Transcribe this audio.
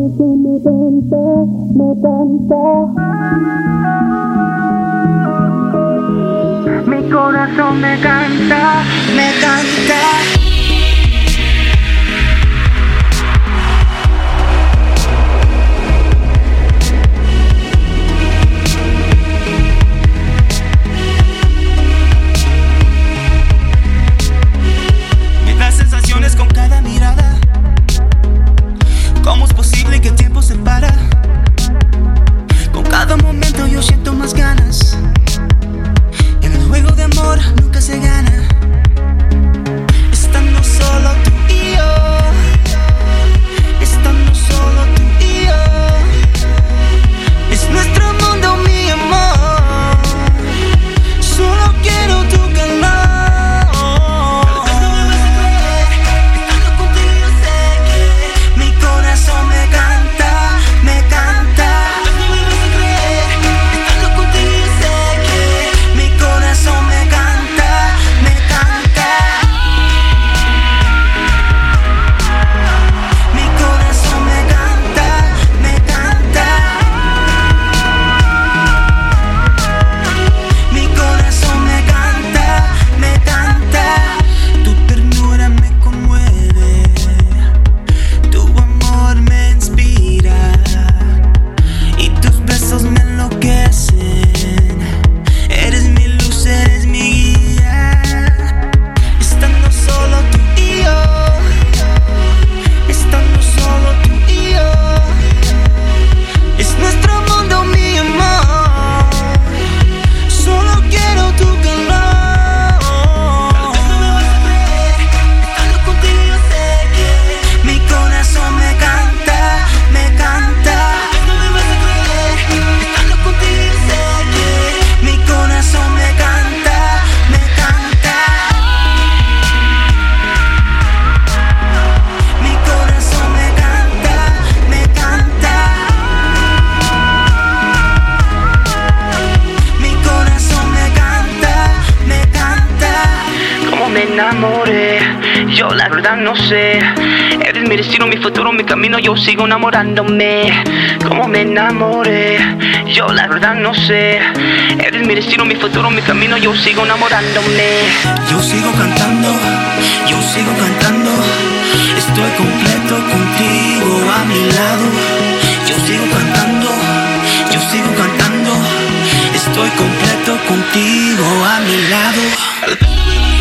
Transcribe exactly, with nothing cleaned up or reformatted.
Mi corazón me canta, me canta. Con cada mirada, ¿cómo es posible que el tiempo se para? Con cada momento yo siento más ganas. En el juego de amor nunca se gana. Estando solo tú y yo, estando solo tú y yo, es nuestro mundo, mi amor. Solo quiero tu calor. Enamoré, yo la verdad no sé. Eres mi destino, mi futuro, mi camino. Yo sigo enamorándome. Como me enamoré, yo la verdad no sé. Eres mi destino, mi futuro, mi camino. Yo sigo enamorándome. Yo sigo cantando, yo sigo cantando. Estoy completo contigo a mi lado. Yo sigo cantando, yo sigo cantando. Estoy completo contigo a mi lado.